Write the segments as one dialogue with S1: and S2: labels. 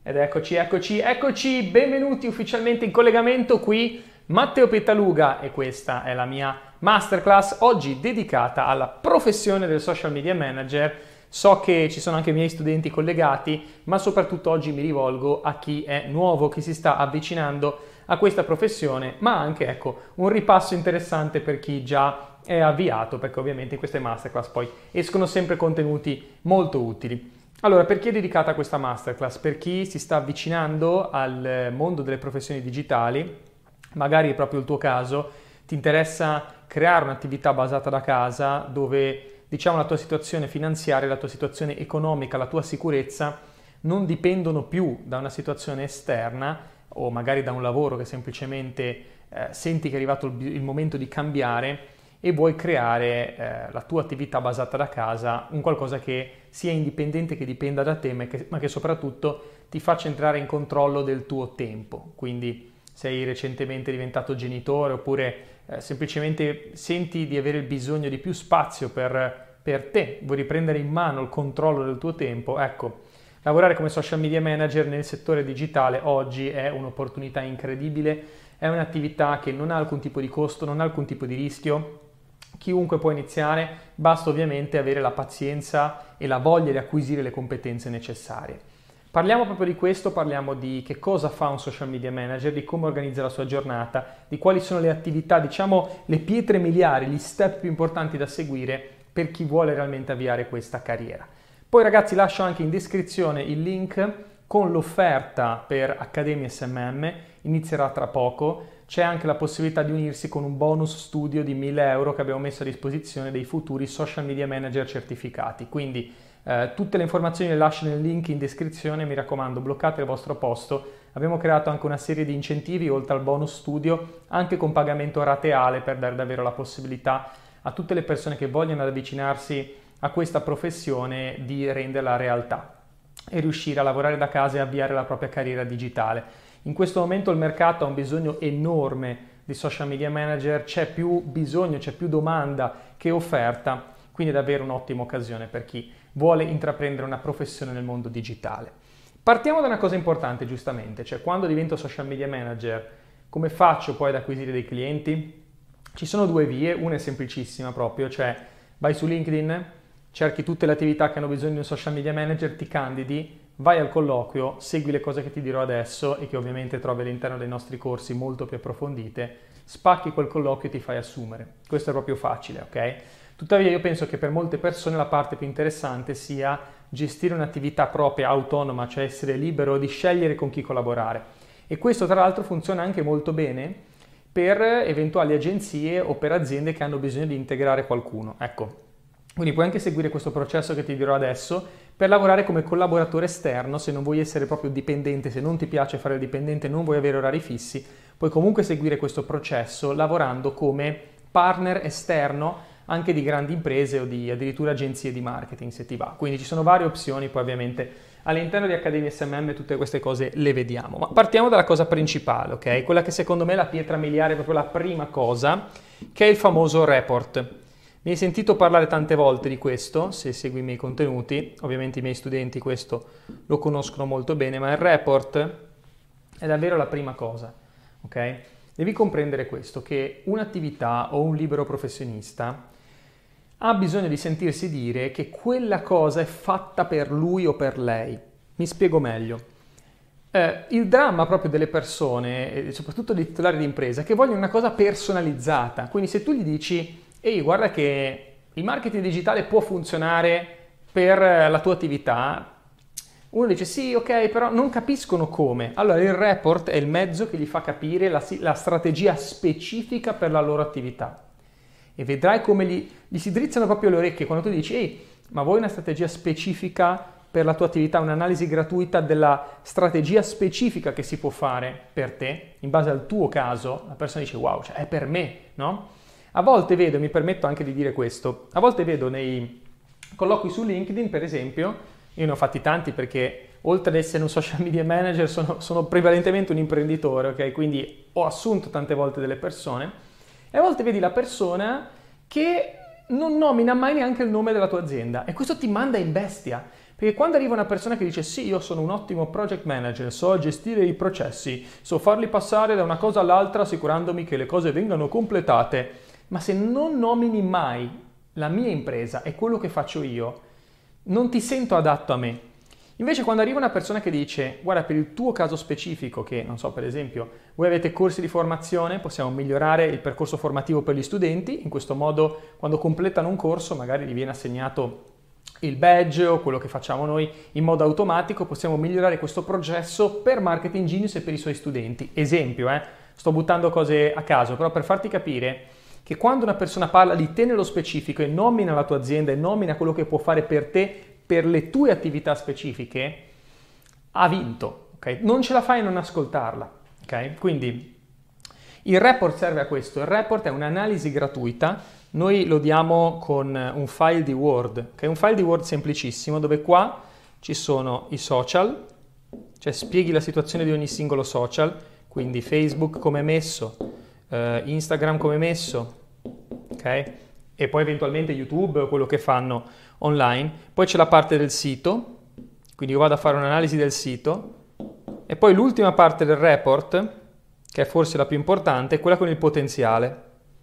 S1: Ed eccoci, benvenuti ufficialmente in collegamento qui Matteo Pittaluga e questa è la mia masterclass oggi dedicata alla professione del social media manager. So che ci sono anche i miei studenti collegati, ma soprattutto oggi mi rivolgo a chi è nuovo, chi si sta avvicinando a questa professione, ma anche un ripasso interessante per chi già è avviato, perché ovviamente in queste masterclass poi escono sempre contenuti molto utili. Allora, per chi è dedicata questa masterclass? Per chi si sta avvicinando al mondo delle professioni digitali, magari è proprio il tuo caso, ti interessa creare un'attività basata da casa dove, diciamo, la tua situazione finanziaria, la tua situazione economica, la tua sicurezza non dipendono più da una situazione esterna o magari da un lavoro che semplicemente senti che è arrivato il momento di cambiare e vuoi creare la tua attività basata da casa, un qualcosa che sia indipendente, che dipenda da te, ma che soprattutto ti faccia entrare in controllo del tuo tempo. Quindi sei recentemente diventato genitore oppure semplicemente senti di avere bisogno di più spazio per te, vuoi riprendere in mano il controllo del tuo tempo, ecco, lavorare come social media manager nel settore digitale oggi è un'opportunità incredibile, è un'attività che non ha alcun tipo di costo, non ha alcun tipo di rischio. Chiunque può iniziare, basta ovviamente avere la pazienza e la voglia di acquisire le competenze necessarie. Parliamo proprio di questo, parliamo di che cosa fa un social media manager, di come organizza la sua giornata, di quali sono le attività, diciamo le pietre miliari, gli step più importanti da seguire per chi vuole realmente avviare questa carriera. Poi ragazzi lascio anche in descrizione il link con l'offerta per Accademia SMM, inizierà tra poco. C'è anche la possibilità di unirsi con un bonus studio di 1.000 euro che abbiamo messo a disposizione dei futuri social media manager certificati. Quindi tutte le informazioni le lascio nel link in descrizione, mi raccomando bloccate il vostro posto. Abbiamo creato anche una serie di incentivi oltre al bonus studio, anche con pagamento rateale per dare davvero la possibilità a tutte le persone che vogliono avvicinarsi a questa professione di renderla realtà e riuscire a lavorare da casa e avviare la propria carriera digitale. In questo momento il mercato ha un bisogno enorme di social media manager, c'è più bisogno, c'è più domanda che offerta, quindi è davvero un'ottima occasione per chi vuole intraprendere una professione nel mondo digitale. Partiamo da una cosa importante, giustamente, cioè quando divento social media manager, come faccio poi ad acquisire dei clienti? Ci sono due vie, una è semplicissima proprio, cioè vai su LinkedIn, cerchi tutte le attività che hanno bisogno di un social media manager, ti candidi, vai al colloquio, segui le cose che ti dirò adesso e che ovviamente trovi all'interno dei nostri corsi molto più approfondite, spacchi quel colloquio e ti fai assumere. Questo è proprio facile, ok? Tuttavia io penso che per molte persone la parte più interessante sia gestire un'attività propria, autonoma, cioè essere libero di scegliere con chi collaborare. E questo tra l'altro funziona anche molto bene per eventuali agenzie o per aziende che hanno bisogno di integrare qualcuno. Ecco. Quindi puoi anche seguire questo processo che ti dirò adesso per lavorare come collaboratore esterno, se non vuoi essere proprio dipendente, se non ti piace fare il dipendente, non vuoi avere orari fissi, puoi comunque seguire questo processo lavorando come partner esterno anche di grandi imprese o di addirittura agenzie di marketing se ti va. Quindi ci sono varie opzioni, poi ovviamente all'interno di Accademia SMM tutte queste cose le vediamo. Ma partiamo dalla cosa principale, ok? Quella che secondo me è la pietra miliare, proprio la prima cosa, che è il famoso report. Mi hai sentito parlare tante volte di questo, se segui i miei contenuti, ovviamente i miei studenti questo lo conoscono molto bene, ma il report è davvero la prima cosa, ok? Devi comprendere questo, che un'attività o un libero professionista ha bisogno di sentirsi dire che quella cosa è fatta per lui o per lei. Mi spiego meglio. Il dramma proprio delle persone, soprattutto dei titolari di impresa, è che vogliono una cosa personalizzata, quindi se tu gli dici ehi, guarda che il marketing digitale può funzionare per la tua attività. Uno dice sì, ok, però non capiscono come. Allora il report è il mezzo che gli fa capire la strategia specifica per la loro attività. E vedrai come gli si drizzano proprio le orecchie quando tu dici ehi, ma vuoi una strategia specifica per la tua attività, un'analisi gratuita della strategia specifica che si può fare per te, in base al tuo caso? La persona dice wow, cioè è per me, no? A volte vedo, mi permetto anche di dire questo, a volte vedo nei colloqui su LinkedIn, per esempio, io ne ho fatti tanti perché oltre ad essere un social media manager sono prevalentemente un imprenditore, ok? Quindi ho assunto tante volte delle persone e a volte vedi la persona che non nomina mai neanche il nome della tua azienda e questo ti manda in bestia Perché quando arriva una persona che dice sì, io sono un ottimo project manager, so gestire i processi, so farli passare da una cosa all'altra assicurandomi che le cose vengano completate, ma se non nomini mai la mia impresa e quello che faccio io, non ti sento adatto a me. Invece quando arriva una persona che dice guarda, per il tuo caso specifico, che non so, per esempio voi avete corsi di formazione, possiamo migliorare il percorso formativo per gli studenti, in questo modo quando completano un corso magari gli viene assegnato il badge o quello che facciamo noi in modo automatico, possiamo migliorare questo processo per Marketing Genius e per i suoi studenti. Esempio, sto buttando cose a caso, però per farti capire che quando una persona parla di te nello specifico e nomina la tua azienda e nomina quello che può fare per te, per le tue attività specifiche, ha vinto, ok? Non ce la fai a non ascoltarla, ok? Quindi il report serve a questo. Il report è un'analisi gratuita, noi lo diamo con un file di Word, che è un file di Word semplicissimo, dove qua ci sono i social, cioè spieghi la situazione di ogni singolo social, quindi Facebook come è messo, Instagram come è messo, ok? E poi eventualmente YouTube, quello che fanno online. Poi c'è la parte del sito, quindi io vado a fare un'analisi del sito, e poi l'ultima parte del report, che è forse la più importante, è quella con il potenziale.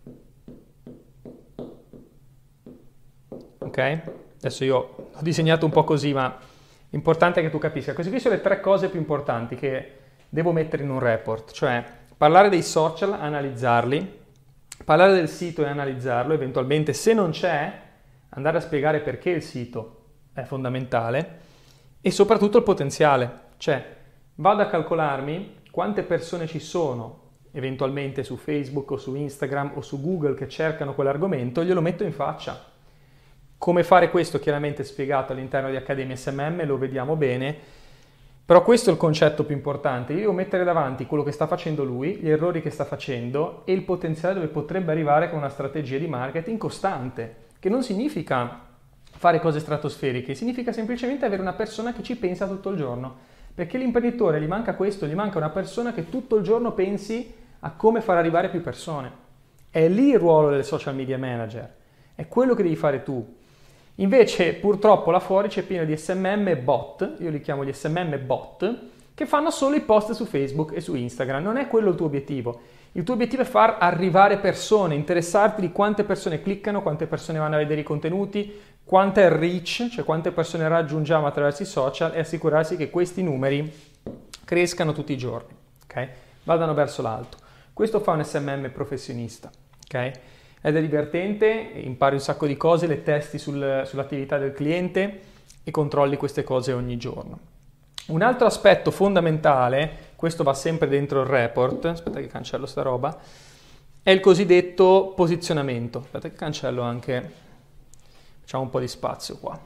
S1: Ok? Adesso io ho disegnato un po' così, ma l'importante è che tu capisca. Queste qui sono le 3 cose più importanti che devo mettere in un report, cioè parlare dei social, analizzarli, parlare del sito e analizzarlo, eventualmente se non c'è, andare a spiegare perché il sito è fondamentale, e soprattutto il potenziale, cioè vado a calcolarmi quante persone ci sono eventualmente su Facebook o su Instagram o su Google che cercano quell'argomento e glielo metto in faccia. Come fare questo chiaramente è spiegato all'interno di Accademia SMM, lo vediamo bene, però questo è il concetto più importante. Io devo mettere davanti quello che sta facendo lui, gli errori che sta facendo e il potenziale dove potrebbe arrivare con una strategia di marketing costante, che non significa fare cose stratosferiche, significa semplicemente avere una persona che ci pensa tutto il giorno, perché l'imprenditore gli manca questo, gli manca una persona che tutto il giorno pensi a come far arrivare più persone. È lì il ruolo del social media manager, è quello che devi fare tu. Invece purtroppo là fuori c'è pieno di SMM bot, io li chiamo gli SMM bot, che fanno solo i post su Facebook e su Instagram. Non è quello il tuo obiettivo. Il tuo obiettivo è far arrivare persone, interessarti di quante persone cliccano, quante persone vanno a vedere i contenuti, quanto è il reach, cioè quante persone raggiungiamo attraverso i social, e assicurarsi che questi numeri crescano tutti i giorni, ok? Vadano verso l'alto. Questo fa un SMM professionista, ok? Ed è divertente, impari un sacco di cose, le testi sull'attività del cliente e controlli queste cose ogni giorno. Un altro aspetto fondamentale, questo va sempre dentro il report, aspetta che cancello sta roba, è il cosiddetto posizionamento. Aspetta che cancello anche, facciamo un po' di spazio qua.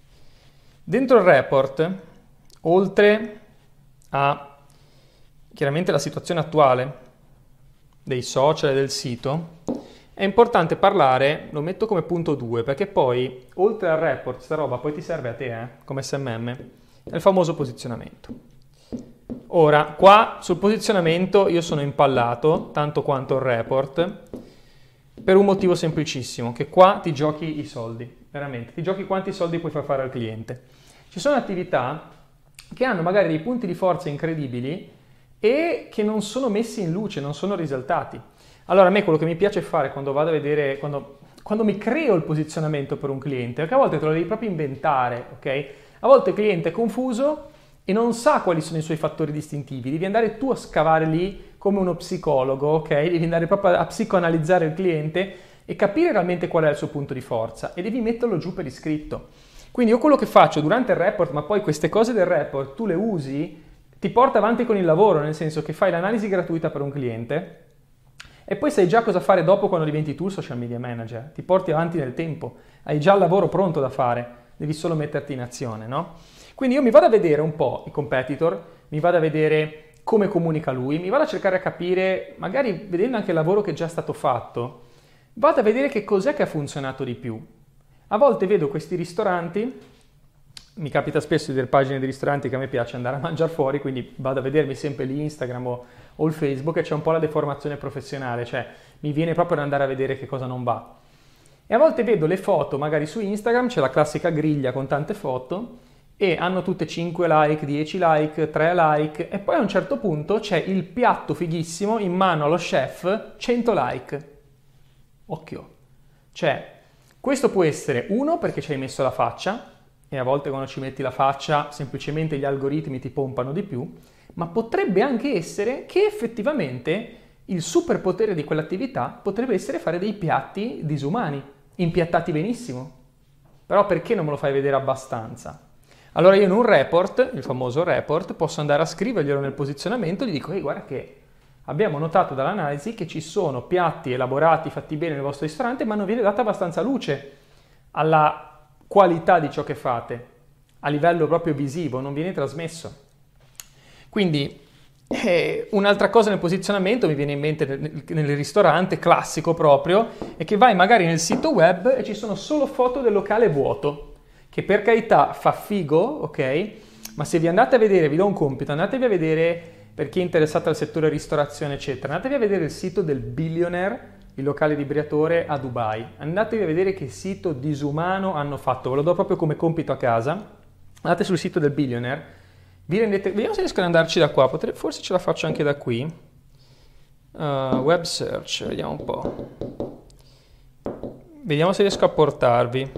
S1: Dentro il report, oltre a chiaramente la situazione attuale dei social e del sito, è importante parlare, lo metto come punto 2, perché poi, oltre al report, sta roba poi ti serve a te, come SMM, è il famoso posizionamento. Ora, qua sul posizionamento io sono impallato, tanto quanto il report, per un motivo semplicissimo, che qua ti giochi i soldi, veramente, ti giochi quanti soldi puoi far fare al cliente. Ci sono attività che hanno magari dei punti di forza incredibili e che non sono messi in luce, non sono risaltati. Allora a me quello che mi piace fare quando vado a vedere, quando mi creo il posizionamento per un cliente, perché a volte te lo devi proprio inventare, ok? A volte il cliente è confuso e non sa quali sono i suoi fattori distintivi, devi andare tu a scavare lì come uno psicologo, ok? Devi andare proprio a psicoanalizzare il cliente e capire realmente qual è il suo punto di forza e devi metterlo giù per iscritto. Quindi io quello che faccio durante il report, ma poi queste cose del report tu le usi, ti porta avanti con il lavoro, nel senso che fai l'analisi gratuita per un cliente e poi sai già cosa fare dopo quando diventi tu il social media manager, ti porti avanti nel tempo, hai già il lavoro pronto da fare, devi solo metterti in azione, no? Quindi io mi vado a vedere un po' i competitor, mi vado a vedere come comunica lui, mi vado a cercare a capire, magari vedendo anche il lavoro che è già stato fatto, vado a vedere che cos'è che ha funzionato di più. A volte vedo questi ristoranti, mi capita spesso di vedere pagine di ristoranti che a me piace andare a mangiare fuori, quindi vado a vedermi sempre l'Instagram o il Facebook e c'è un po' la deformazione professionale, cioè mi viene proprio da andare a vedere che cosa non va. E a volte vedo le foto, magari su Instagram, c'è la classica griglia con tante foto, e hanno tutte 5 like, 10 like, 3 like e poi a un certo punto c'è il piatto fighissimo in mano allo chef, 100 like. Occhio. Cioè, questo può essere uno perché ci hai messo la faccia e a volte quando ci metti la faccia semplicemente gli algoritmi ti pompano di più, ma potrebbe anche essere che effettivamente il superpotere di quell'attività potrebbe essere fare dei piatti disumani, impiattati benissimo. Però perché non me lo fai vedere abbastanza? Allora io in un report, il famoso report, posso andare a scriverglielo nel posizionamento e gli dico, guarda che abbiamo notato dall'analisi che ci sono piatti elaborati, fatti bene nel vostro ristorante, ma non viene data abbastanza luce alla qualità di ciò che fate, a livello proprio visivo, non viene trasmesso. Quindi un'altra cosa nel posizionamento mi viene in mente nel ristorante, classico proprio, è che vai magari nel sito web e ci sono solo foto del locale vuoto, che per carità fa figo, ok? Ma se vi andate a vedere, vi do un compito, andatevi a vedere, per chi è interessato al settore ristorazione eccetera, andatevi a vedere il sito del Billionaire, il locale di Briatore a Dubai, andatevi a vedere che sito disumano hanno fatto, ve lo do proprio come compito a casa, andate sul sito del Billionaire, vi rendete, vediamo se riesco ad andarci da qua, forse ce la faccio anche da qui, web search, vediamo un po', vediamo se riesco a portarvi,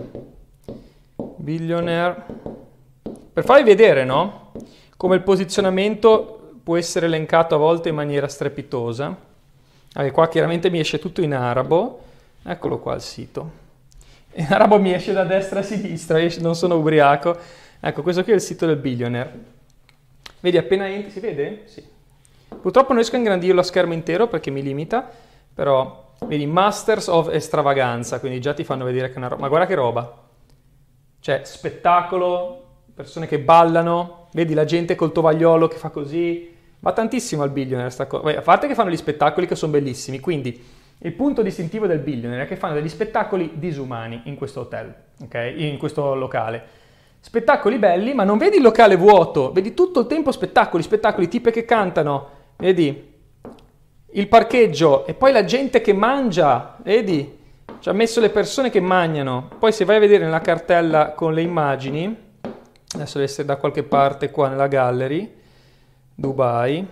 S1: Billionaire, per farvi vedere, no? Come il posizionamento può essere elencato a volte in maniera strepitosa. Qua chiaramente mi esce tutto in arabo, eccolo qua il sito, in arabo mi esce da destra a sinistra, non sono ubriaco, ecco questo qui è il sito del Billionaire. Vedi, appena entri, si vede? Sì. Purtroppo non riesco a ingrandirlo a schermo intero perché mi limita, però, vedi, Masters of Extravaganza, quindi già ti fanno vedere che è una roba. Ma guarda che roba! Cioè, spettacolo, persone che ballano, vedi la gente col tovagliolo che fa così, va tantissimo al Billionaire sta cosa. A parte che fanno gli spettacoli che sono bellissimi, quindi il punto distintivo del Billionaire è che fanno degli spettacoli disumani in questo hotel, ok? In questo locale. Spettacoli belli, ma non vedi il locale vuoto, vedi tutto il tempo spettacoli, tipe che cantano, vedi il parcheggio e poi la gente che mangia, vedi? Ci ha messo le persone che mangiano. Poi se vai a vedere nella cartella con le immagini, adesso deve essere da qualche parte qua nella gallery, Dubai,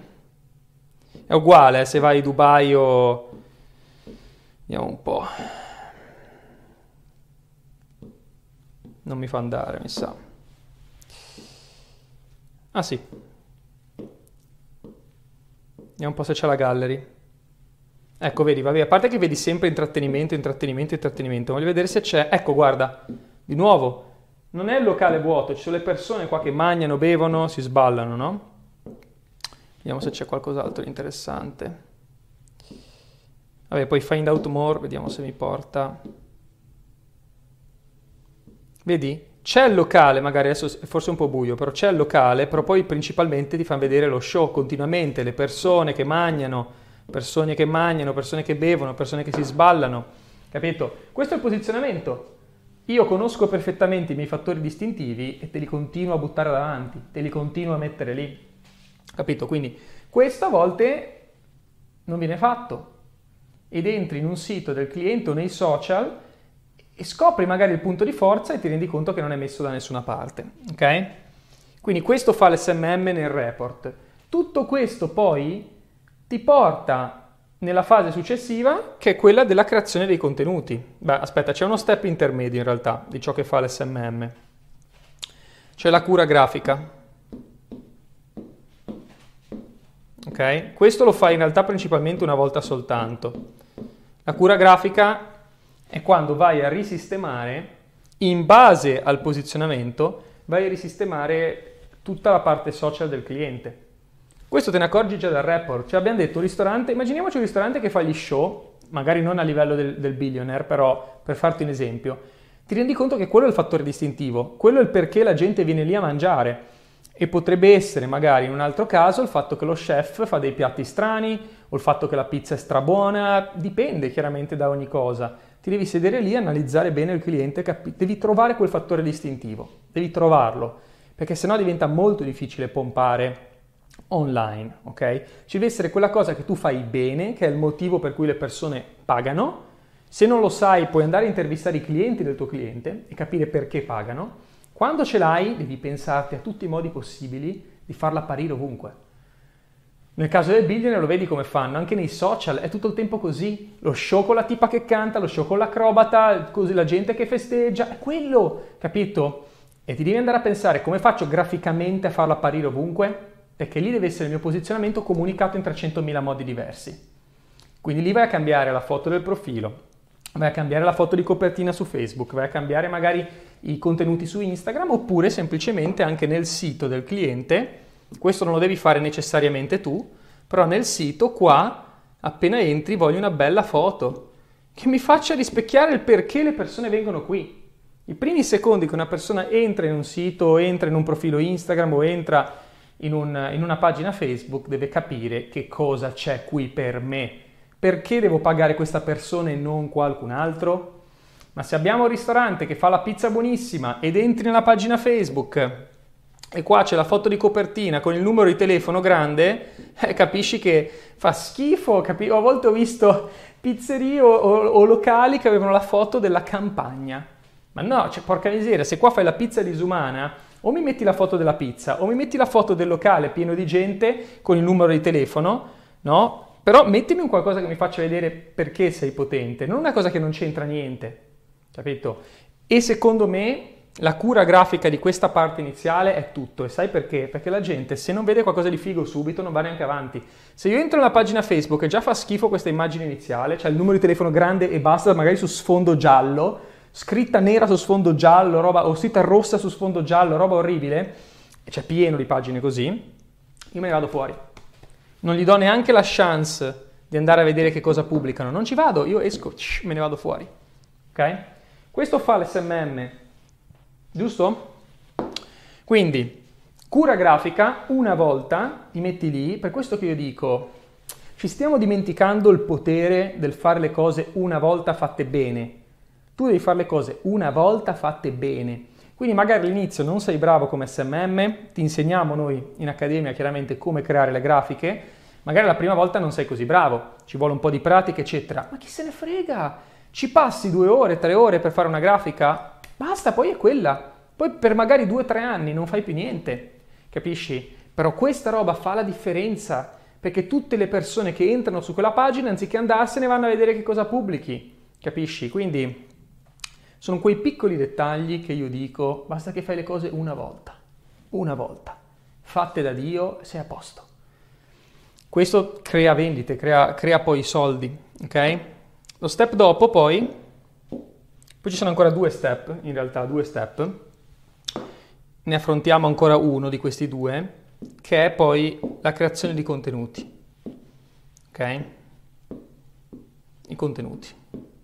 S1: è uguale se vai a Dubai o... vediamo un po'. Non mi fa andare, mi sa. Ah sì. Vediamo un po' se c'è la gallery. Ecco, vedi, vabbè, a parte che vedi sempre intrattenimento, voglio vedere se c'è. Ecco, guarda, di nuovo, non è il locale vuoto, ci sono le persone qua che mangiano, bevono, si sballano, no? Vediamo se c'è qualcos'altro di interessante. Vabbè, poi find out more, vediamo se mi porta... Vedi? C'è il locale, magari adesso è forse un po' buio, però c'è il locale, però poi principalmente ti fanno vedere lo show continuamente, le persone che mangiano, persone che bevono, persone che si sballano, capito? Questo è il posizionamento. Io conosco perfettamente i miei fattori distintivi e te li continuo a buttare davanti, te li continuo a mettere lì, capito? Quindi questo a volte non viene fatto ed entri in un sito del cliente o nei social e scopri magari il punto di forza e ti rendi conto che non è messo da nessuna parte, ok? Quindi questo fa l'SMM nel report. Tutto questo poi ti porta nella fase successiva, che è quella della creazione dei contenuti. Beh, aspetta, c'è uno step intermedio in realtà di ciò che fa l'SMM. C'è la cura grafica. Ok? Questo lo fai in realtà principalmente una volta soltanto. La cura grafica è quando vai a risistemare, in base al posizionamento, vai a risistemare tutta la parte social del cliente. Questo te ne accorgi già dal report. Cioè abbiamo detto un ristorante, immaginiamoci un ristorante che fa gli show, magari non a livello del Billionaire, però per farti un esempio, ti rendi conto che quello è il fattore distintivo, quello è il perché la gente viene lì a mangiare. E potrebbe essere magari in un altro caso il fatto che lo chef fa dei piatti strani o il fatto che la pizza è strabuona, dipende chiaramente da ogni cosa. Ti devi sedere lì, analizzare bene il cliente, devi trovare quel fattore distintivo, devi trovarlo, perché sennò diventa molto difficile pompare online, ok? Ci deve essere quella cosa che tu fai bene, che è il motivo per cui le persone pagano. Se non lo sai, puoi andare a intervistare i clienti del tuo cliente e capire perché pagano. Quando ce l'hai, devi pensarti a tutti i modi possibili di farla apparire ovunque. Nel caso del billionaire lo vedi come fanno, anche nei social è tutto il tempo così, lo show con la tipa che canta, lo show con l'acrobata, così la gente che festeggia, è quello, capito? E ti devi andare a pensare come faccio graficamente a farlo apparire ovunque, perché lì deve essere il mio posizionamento comunicato in 300.000 modi diversi. Quindi lì vai a cambiare la foto del profilo, vai a cambiare la foto di copertina su Facebook, vai a cambiare magari i contenuti su Instagram, oppure semplicemente anche nel sito del cliente. Questo non lo devi fare necessariamente tu, però nel sito qua, appena entri, voglio una bella foto che mi faccia rispecchiare il perché le persone vengono qui. I primi secondi che una persona entra in un sito, o entra in un profilo Instagram o entra in una pagina Facebook, deve capire che cosa c'è qui per me. Perché devo pagare questa persona e non qualcun altro? Ma se abbiamo un ristorante che fa la pizza buonissima ed entri nella pagina Facebook e qua c'è la foto di copertina con il numero di telefono grande, capisci che fa schifo. A volte ho visto pizzerie o locali che avevano la foto della campagna. Ma no, cioè, porca miseria, se qua fai la pizza disumana, o mi metti la foto della pizza, o mi metti la foto del locale pieno di gente con il numero di telefono, no? Però mettimi un qualcosa che mi faccia vedere perché sei potente, non una cosa che non c'entra niente, capito? E secondo me la cura grafica di questa parte iniziale è tutto. E sai perché? Perché la gente, se non vede qualcosa di figo subito, non va neanche avanti. Se io entro nella pagina Facebook e già fa schifo questa immagine iniziale, cioè il numero di telefono grande e basta, magari su sfondo giallo, scritta nera su sfondo giallo, roba, o scritta rossa su sfondo giallo, roba orribile, e c'è pieno di pagine così, io me ne vado fuori. Non gli do neanche la chance di andare a vedere che cosa pubblicano. Non ci vado, io esco, me ne vado fuori. Ok? Questo fa l'SMM, giusto? Quindi, cura grafica, una volta, ti metti lì, per questo che io dico, ci stiamo dimenticando il potere del fare le cose una volta fatte bene. Tu devi fare le cose una volta fatte bene. Quindi magari all'inizio non sei bravo come SMM, ti insegniamo noi in accademia chiaramente come creare le grafiche, magari la prima volta non sei così bravo, ci vuole un po' di pratica eccetera, ma chi se ne frega? Ci passi 2 ore, 3 ore per fare una grafica? Basta, poi è quella. Poi per magari 2 o 3 anni non fai più niente, capisci? Però questa roba fa la differenza, perché tutte le persone che entrano su quella pagina, anziché andarsene, vanno a vedere che cosa pubblichi, capisci? Quindi sono quei piccoli dettagli che io dico, basta che fai le cose una volta, fatte da Dio, sei a posto. Questo crea vendite, crea poi i soldi, ok? Lo step dopo poi ci sono ancora 2 step, in realtà 2 step, ne affrontiamo ancora uno di questi 2, che è poi la creazione di contenuti, ok? I contenuti.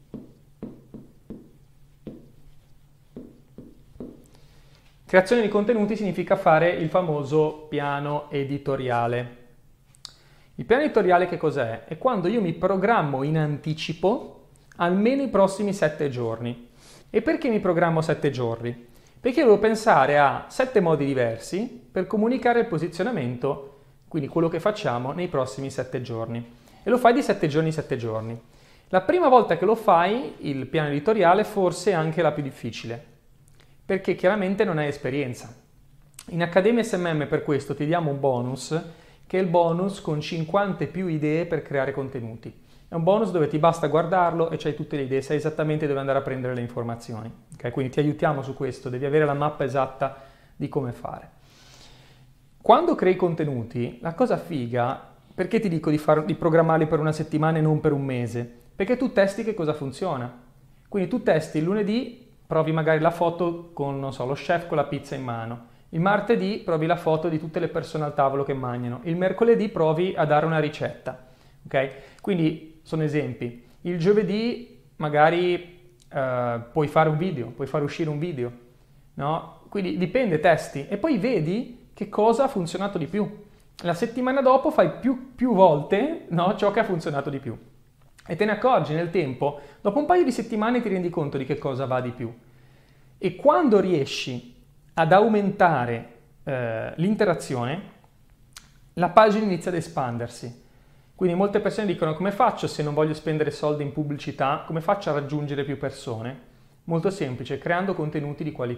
S1: Creazione di contenuti significa fare il famoso piano editoriale. Il piano editoriale che cos'è? È quando io mi programmo in anticipo almeno i prossimi 7 giorni. E perché mi programmo 7 giorni? Perché devo pensare a 7 modi diversi per comunicare il posizionamento, quindi quello che facciamo nei prossimi 7 giorni. E lo fai di 7 giorni in 7 giorni. La prima volta che lo fai, il piano editoriale, forse è anche la più difficile, perché chiaramente non hai esperienza. In Accademia SMM per questo ti diamo un bonus, che è il bonus con 50 più idee per creare contenuti. È un bonus dove ti basta guardarlo e c'hai tutte le idee, sai esattamente dove andare a prendere le informazioni. Okay? Quindi ti aiutiamo su questo, devi avere la mappa esatta di come fare. Quando crei contenuti, la cosa figa, perché ti dico di programmarli per una settimana e non per un mese? Perché tu testi che cosa funziona. Quindi tu testi il lunedì, provi magari la foto con, non so, lo chef con la pizza in mano. Il martedì provi la foto di tutte le persone al tavolo che mangiano. Il mercoledì provi a dare una ricetta. Ok? Quindi sono esempi. Il giovedì magari puoi fare un video, puoi fare uscire un video. No? Quindi dipende, testi. E poi vedi che cosa ha funzionato di più. La settimana dopo fai più volte, no, ciò che ha funzionato di più. E te ne accorgi nel tempo, dopo un paio di settimane ti rendi conto di che cosa va di più. E quando riesci ad aumentare l'interazione, la pagina inizia ad espandersi. Quindi molte persone dicono: come faccio se non voglio spendere soldi in pubblicità? Come faccio a raggiungere più persone? Molto semplice, creando contenuti di qualità.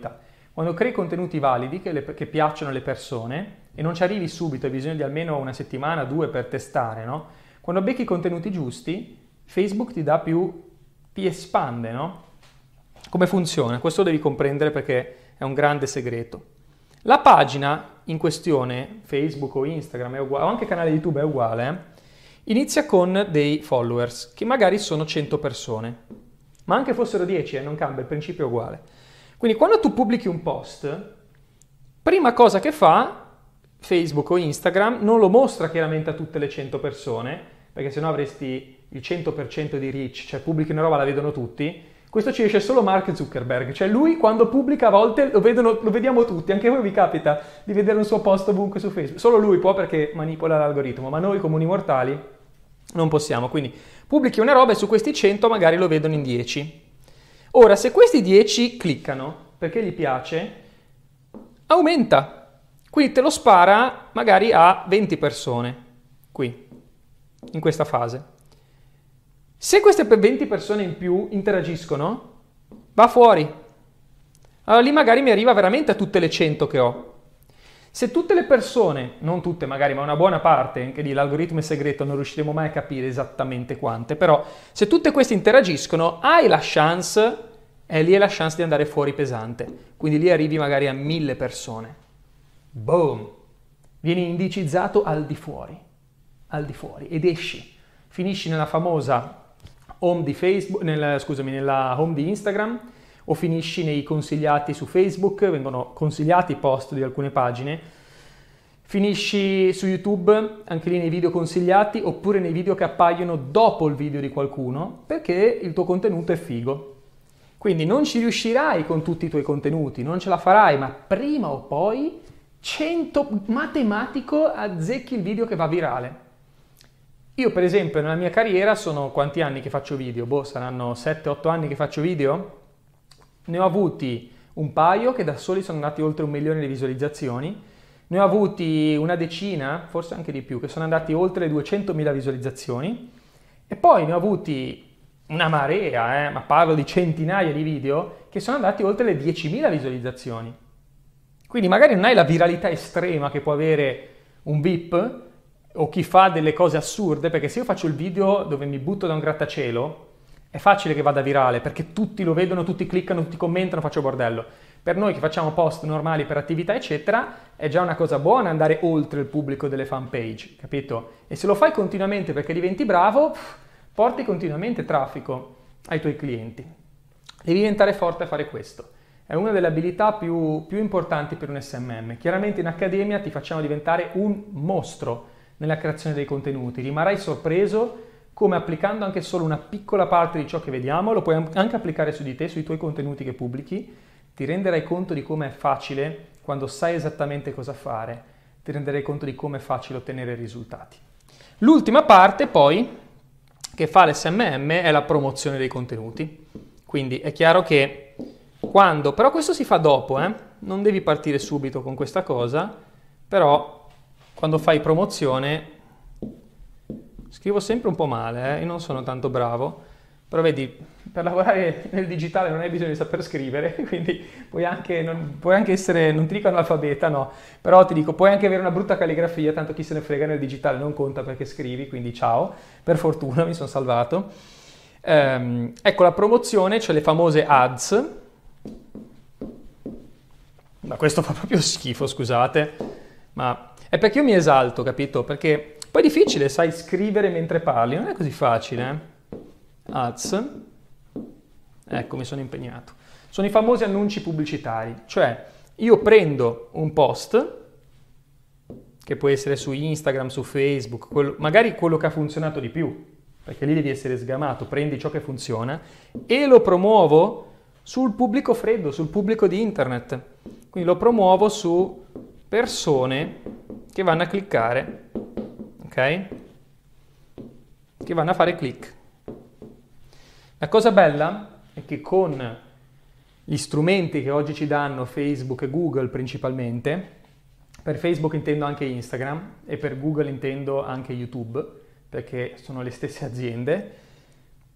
S1: Quando crei contenuti validi che piacciono alle persone e non ci arrivi subito, hai bisogno di almeno una settimana, 2 per testare, no? Quando becchi i contenuti giusti, Facebook ti espande, no? Come funziona? Questo devi comprendere perché è un grande segreto. La pagina in questione, Facebook o Instagram è uguale, o anche canale YouTube è uguale, inizia con dei followers, che magari sono 100 persone, ma anche fossero 10, non cambia, il principio è uguale. Quindi quando tu pubblichi un post, prima cosa che fa Facebook o Instagram non lo mostra chiaramente a tutte le 100 persone, perché sennò avresti il 100% di reach, cioè pubblichi una roba, la vedono tutti. Questo ci riesce solo Mark Zuckerberg, cioè lui quando pubblica a volte lo vediamo tutti, anche a voi vi capita di vedere un suo post ovunque su Facebook, solo lui può perché manipola l'algoritmo, ma noi comuni mortali non possiamo, quindi pubblichi una roba e su questi 100 magari lo vedono in 10. Ora, se questi 10 cliccano perché gli piace, aumenta, quindi te lo spara magari a 20 persone, qui, in questa fase. Se queste 20 persone in più interagiscono, va fuori. Allora lì magari mi arriva veramente a tutte le 100 che ho. Se tutte le persone, non tutte magari, ma una buona parte, anche lì l'algoritmo è segreto, non riusciremo mai a capire esattamente quante, però se tutte queste interagiscono, hai la chance, e lì è la chance di andare fuori pesante. Quindi lì arrivi magari a 1000 persone. Boom! Vieni indicizzato al di fuori, ed esci. Finisci nella famosa home di Facebook, nella home di Instagram, o finisci nei consigliati su Facebook, vengono consigliati i post di alcune pagine, finisci su YouTube, anche lì nei video consigliati, oppure nei video che appaiono dopo il video di qualcuno, perché il tuo contenuto è figo. Quindi non ci riuscirai con tutti i tuoi contenuti, non ce la farai, ma prima o poi 100 matematico azzecchi il video che va virale. Io per esempio nella mia carriera sono quanti anni che faccio video? Saranno 7-8 anni che faccio video? Ne ho avuti un paio che da soli sono andati oltre 1 milione di visualizzazioni, ne ho avuti una decina, forse anche di più, che sono andati oltre le 200.000 visualizzazioni e poi ne ho avuti una marea, ma parlo di centinaia di video, che sono andati oltre le 10.000 visualizzazioni. Quindi magari non hai la viralità estrema che può avere un VIP o chi fa delle cose assurde, perché se io faccio il video dove mi butto da un grattacielo, è facile che vada virale, perché tutti lo vedono, tutti cliccano, tutti commentano, faccio bordello. Per noi che facciamo post normali per attività, eccetera, è già una cosa buona andare oltre il pubblico delle fan page, capito? E se lo fai continuamente perché diventi bravo, porti continuamente traffico ai tuoi clienti. Devi diventare forte a fare questo. È una delle abilità più importanti per un SMM. Chiaramente in accademia ti facciamo diventare un mostro nella creazione dei contenuti. Rimarrai sorpreso come applicando anche solo una piccola parte di ciò che vediamo, lo puoi anche applicare su di te, sui tuoi contenuti che pubblichi, ti renderai conto di come è facile, quando sai esattamente cosa fare, ti renderai conto di come è facile ottenere risultati. L'ultima parte poi che fa l'SMM è la promozione dei contenuti. Quindi è chiaro che però questo si fa dopo, non devi partire subito con questa cosa, però quando fai promozione, scrivo sempre un po' male, io non sono tanto bravo, però vedi, per lavorare nel digitale non hai bisogno di saper scrivere, quindi puoi anche essere, non ti dico analfabeta, no, però ti dico, puoi anche avere una brutta calligrafia, tanto chi se ne frega, nel digitale non conta perché scrivi, quindi ciao, per fortuna mi sono salvato. Ecco la promozione, cioè le famose ads, ma questo fa proprio schifo, scusate, ma è perché io mi esalto, capito? Perché poi è difficile, sai, scrivere mentre parli, non è così facile. Ads, ecco, mi sono impegnato. Sono i famosi annunci pubblicitari, cioè io prendo un post, che può essere su Instagram, su Facebook, magari quello che ha funzionato di più, perché lì devi essere sgamato, prendi ciò che funziona e lo promuovo sul pubblico freddo, sul pubblico di internet. Quindi lo promuovo su persone che vanno a cliccare, ok? Che vanno a fare click. La cosa bella è che con gli strumenti che oggi ci danno Facebook e Google principalmente, per Facebook intendo anche Instagram e per Google intendo anche YouTube, perché sono le stesse aziende,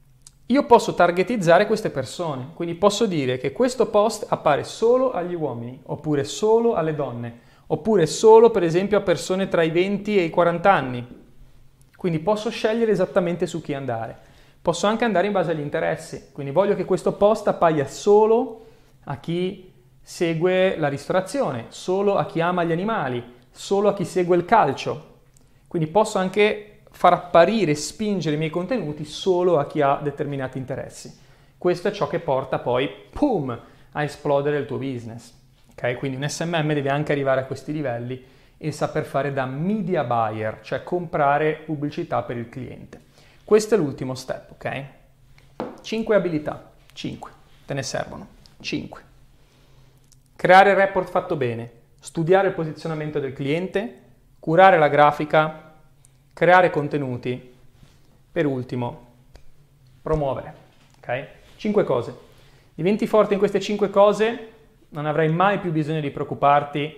S1: io posso targetizzare queste persone, quindi posso dire che questo post appare solo agli uomini, oppure solo alle donne, oppure solo per esempio a persone tra i 20 e i 40 anni. Quindi posso scegliere esattamente su chi andare. Posso anche andare in base agli interessi, quindi voglio che questo post appaia solo a chi segue la ristorazione, solo a chi ama gli animali, solo a chi segue il calcio. Quindi posso anche far apparire, spingere i miei contenuti solo a chi ha determinati interessi. Questo è ciò che porta poi, boom, a esplodere il tuo business. Okay? Quindi un SMM deve anche arrivare a questi livelli e saper fare da media buyer, cioè comprare pubblicità per il cliente. Questo è l'ultimo step, ok? 5 abilità, 5, te ne servono, 5. Creare il report fatto bene, studiare il posizionamento del cliente, curare la grafica, creare contenuti, per ultimo, promuovere, ok? 5 cose. Diventi forte in queste 5 cose, non avrai mai più bisogno di preoccuparti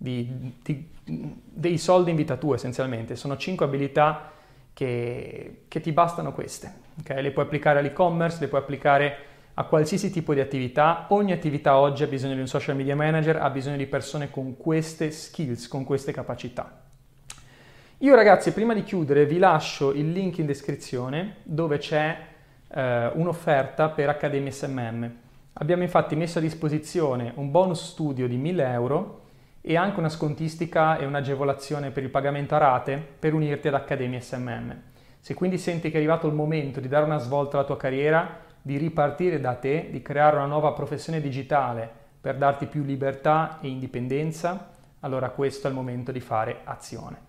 S1: dei soldi in vita tua essenzialmente. Sono 5 abilità che ti bastano queste, okay? Le puoi applicare all'e-commerce, le puoi applicare a qualsiasi tipo di attività. Ogni attività oggi ha bisogno di un social media manager, ha bisogno di persone con queste skills, con queste capacità. Io ragazzi, prima di chiudere vi lascio il link in descrizione dove c'è un'offerta per Accademia SMM. Abbiamo infatti messo a disposizione un bonus studio di 1.000 euro e anche una scontistica e un'agevolazione per il pagamento a rate per unirti ad Accademia SMM. Se quindi senti che è arrivato il momento di dare una svolta alla tua carriera, di ripartire da te, di creare una nuova professione digitale per darti più libertà e indipendenza, allora questo è il momento di fare azione.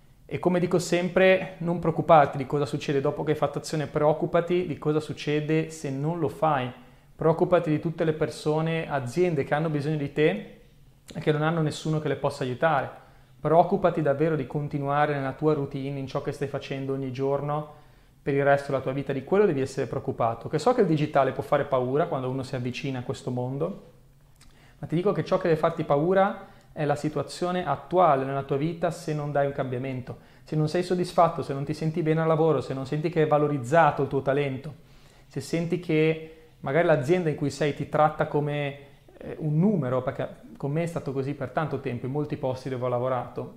S1: E come dico sempre, non preoccuparti di cosa succede dopo che hai fatto azione, preoccupati di cosa succede se non lo fai. Preoccupati di tutte le persone, aziende che hanno bisogno di te e che non hanno nessuno che le possa aiutare. Preoccupati davvero di continuare nella tua routine, in ciò che stai facendo ogni giorno per il resto della tua vita. Di quello devi essere preoccupato. Che so che il digitale può fare paura quando uno si avvicina a questo mondo, ma ti dico che ciò che deve farti paura è la situazione attuale nella tua vita se non dai un cambiamento. Se non sei soddisfatto, se non ti senti bene al lavoro, se non senti che è valorizzato il tuo talento, se senti che magari l'azienda in cui sei ti tratta come un numero, perché con me è stato così per tanto tempo in molti posti dove ho lavorato,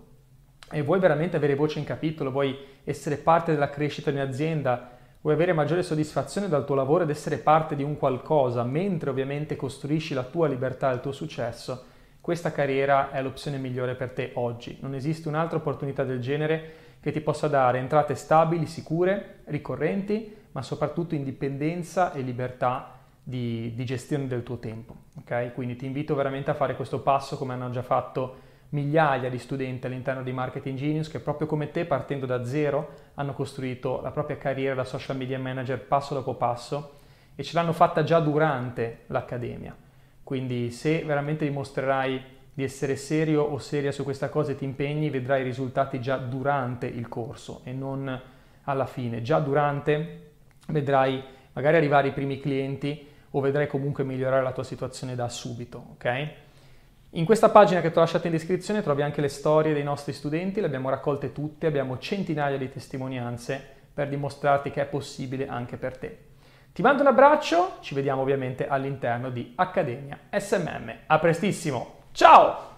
S1: e vuoi veramente avere voce in capitolo, vuoi essere parte della crescita di un'azienda, vuoi avere maggiore soddisfazione dal tuo lavoro ed essere parte di un qualcosa, mentre ovviamente costruisci la tua libertà e il tuo successo, questa carriera è l'opzione migliore per te oggi. Non esiste un'altra opportunità del genere che ti possa dare entrate stabili, sicure, ricorrenti, ma soprattutto indipendenza e libertà di gestione del tuo tempo. Okay? Quindi ti invito veramente a fare questo passo come hanno già fatto migliaia di studenti all'interno di Marketing Genius che proprio come te, partendo da zero, hanno costruito la propria carriera da social media manager passo dopo passo e ce l'hanno fatta già durante l'accademia. Quindi se veramente dimostrerai di essere serio o seria su questa cosa e ti impegni, vedrai i risultati già durante il corso e non alla fine. Già durante vedrai magari arrivare i primi clienti o vedrai comunque migliorare la tua situazione da subito, ok? In questa pagina che ti ho lasciato in descrizione trovi anche le storie dei nostri studenti, le abbiamo raccolte tutte, abbiamo centinaia di testimonianze per dimostrarti che è possibile anche per te. Ti mando un abbraccio, ci vediamo ovviamente all'interno di Accademia SMM. A prestissimo, ciao!